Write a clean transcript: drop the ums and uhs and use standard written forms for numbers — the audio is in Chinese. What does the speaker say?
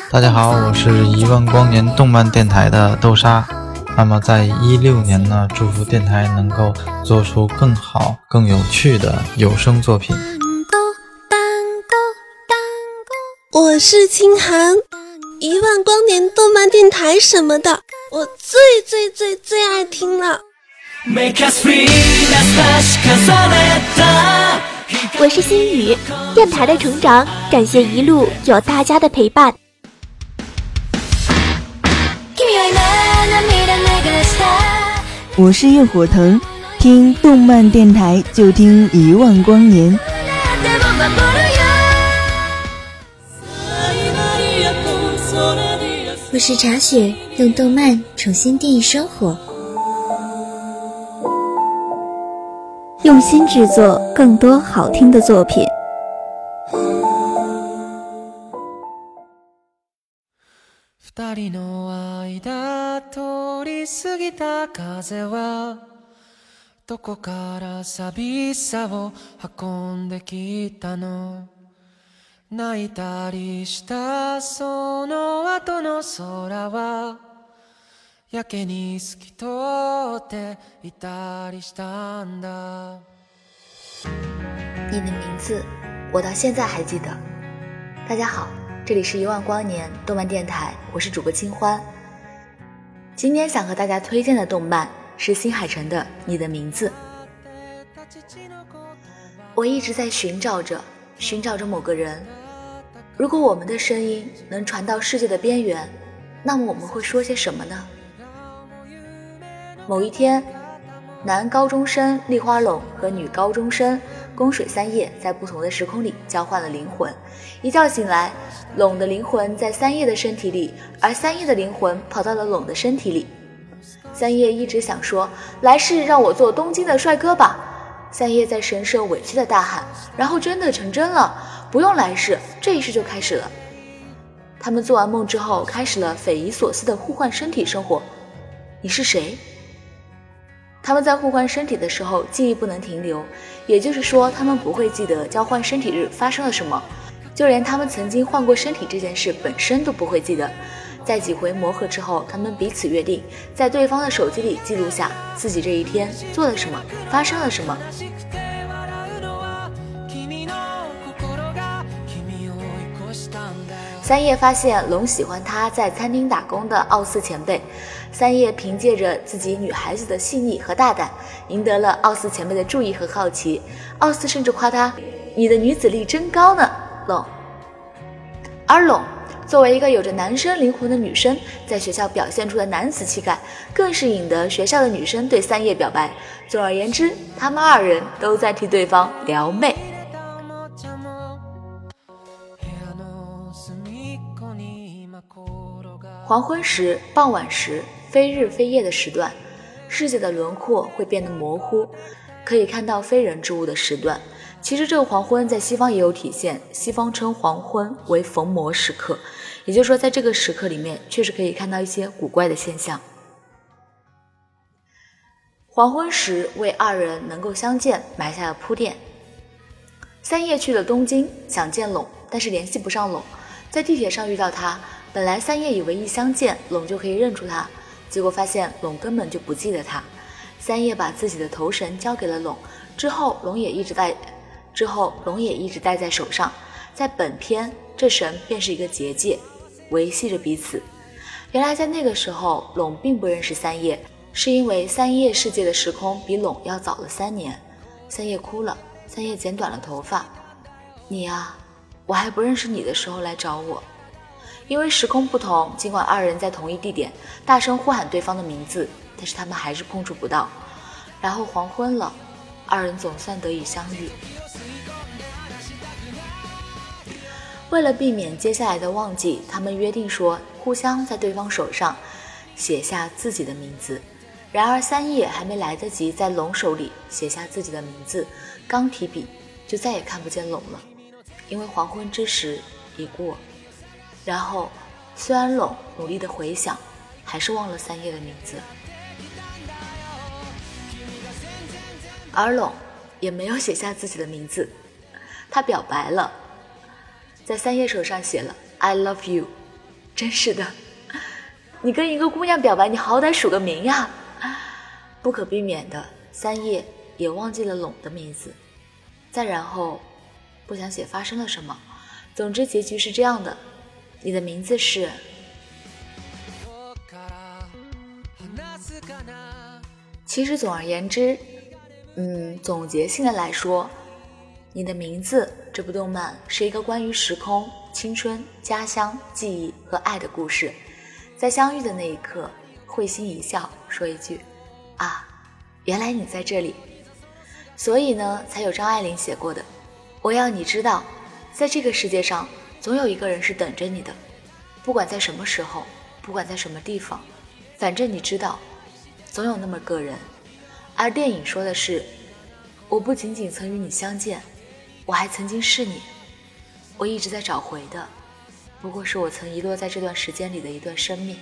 大家好，我是一万光年动漫电台的豆沙。那么在16年呢，祝福电台能够做出更好更有趣的有声作品。 我是清寒，一万光年动漫电台什么的我最爱听了。 我是心雨，电台的成长感谢一路有大家的陪伴。 我是焰火腾，听动漫电台就听一万光年。 我是茶雪，用动漫重新定义生活， 用心制作更多好听的作品。 二人の間通り過ぎた風はどこから寂しさを運んできたの、泣いたりしたその後の空はやけに透き通っていたりしたんだ。 你的名字我到现在还记得。大家好，这里是一万光年动漫电台，我是主播清欢。今天想和大家推荐的动漫是新海诚的《你的名字》。我一直在寻找着某个人，如果我们的声音能传到世界的边缘，那么我们会说些什么呢？某一天，男高中生立花垄和女高中生宫水三叶在不同的时空里交换了灵魂。一觉醒来，垄的灵魂在三叶的身体里，而三叶的灵魂跑到了垄的身体里。三叶一直想说，来世让我做东京的帅哥吧。三叶在神社委屈的大喊，然后真的成真了，不用来世，这一世就开始了。他们做完梦之后，开始了匪夷所思的互换身体生活。你是谁？他们在互换身体的时候记忆不能停留，也就是说他们不会记得交换身体日发生了什么，就连他们曾经换过身体这件事本身都不会记得。在几回磨合之后，他们彼此约定在对方的手机里记录下自己这一天做了什么，发生了什么。三叶发现龙喜欢他在餐厅打工的奥斯前辈，三叶凭借着自己女孩子的细腻和大胆，赢得了奥斯前辈的注意和好奇。奥斯甚至夸他，你的女子力真高呢，龙。而龙作为一个有着男生灵魂的女生，在学校表现出的男子气概，更是引得学校的女生对三叶表白。总而言之，他们二人都在替对方撩妹。黄昏时、傍晚时，非日非夜的时段，世界的轮廓会变得模糊，可以看到非人之物的时段。其实这个黄昏在西方也有体现，西方称黄昏为逢魔时刻，也就是说在这个时刻里面确实可以看到一些古怪的现象。黄昏时为二人能够相见埋下了铺垫。三叶去了东京，想见龙，但是联系不上龙，在地铁上遇到他。本来三叶以为一相见龙就可以认出他，结果发现龙根本就不记得他。三叶把自己的头绳交给了龙，之后龙也一直戴在手上。在本片，这绳便是一个结界，维系着彼此。原来在那个时候，龙并不认识三叶，是因为三叶世界的时空比龙要早了3年。三叶哭了，三叶剪短了头发。你啊，我还不认识你的时候来找我。因为时空不同，尽管二人在同一地点大声呼喊对方的名字，但是他们还是碰触不到。然后黄昏了，二人总算得以相遇。为了避免接下来的忘记，他们约定说互相在对方手上写下自己的名字。然而三叶还没来得及在龙手里写下自己的名字，刚提笔就再也看不见龙了，因为黄昏之时已过。然后虽然龙努力的回想，还是忘了三叶的名字，而龙也没有写下自己的名字，他表白了，在三叶手上写了 I love you， 真是的，你跟一个姑娘表白，你好歹署个名呀。不可避免的，三叶也忘记了龙的名字。再然后不想写发生了什么，总之结局是这样的，你的名字是其实总而言之，总结性的来说，你的名字这部动漫是一个关于时空、青春、家乡、记忆和爱的故事。在相遇的那一刻，会心一笑，说一句啊，原来你在这里。所以呢，才有张爱玲写过的，我要你知道，在这个世界上总有一个人是等着你的，不管在什么时候，不管在什么地方，反正你知道总有那么个人。而电影说的是，我不仅仅曾与你相见，我还曾经是你，我一直在找回的，不过是我曾遗落在这段时间里的一段生命。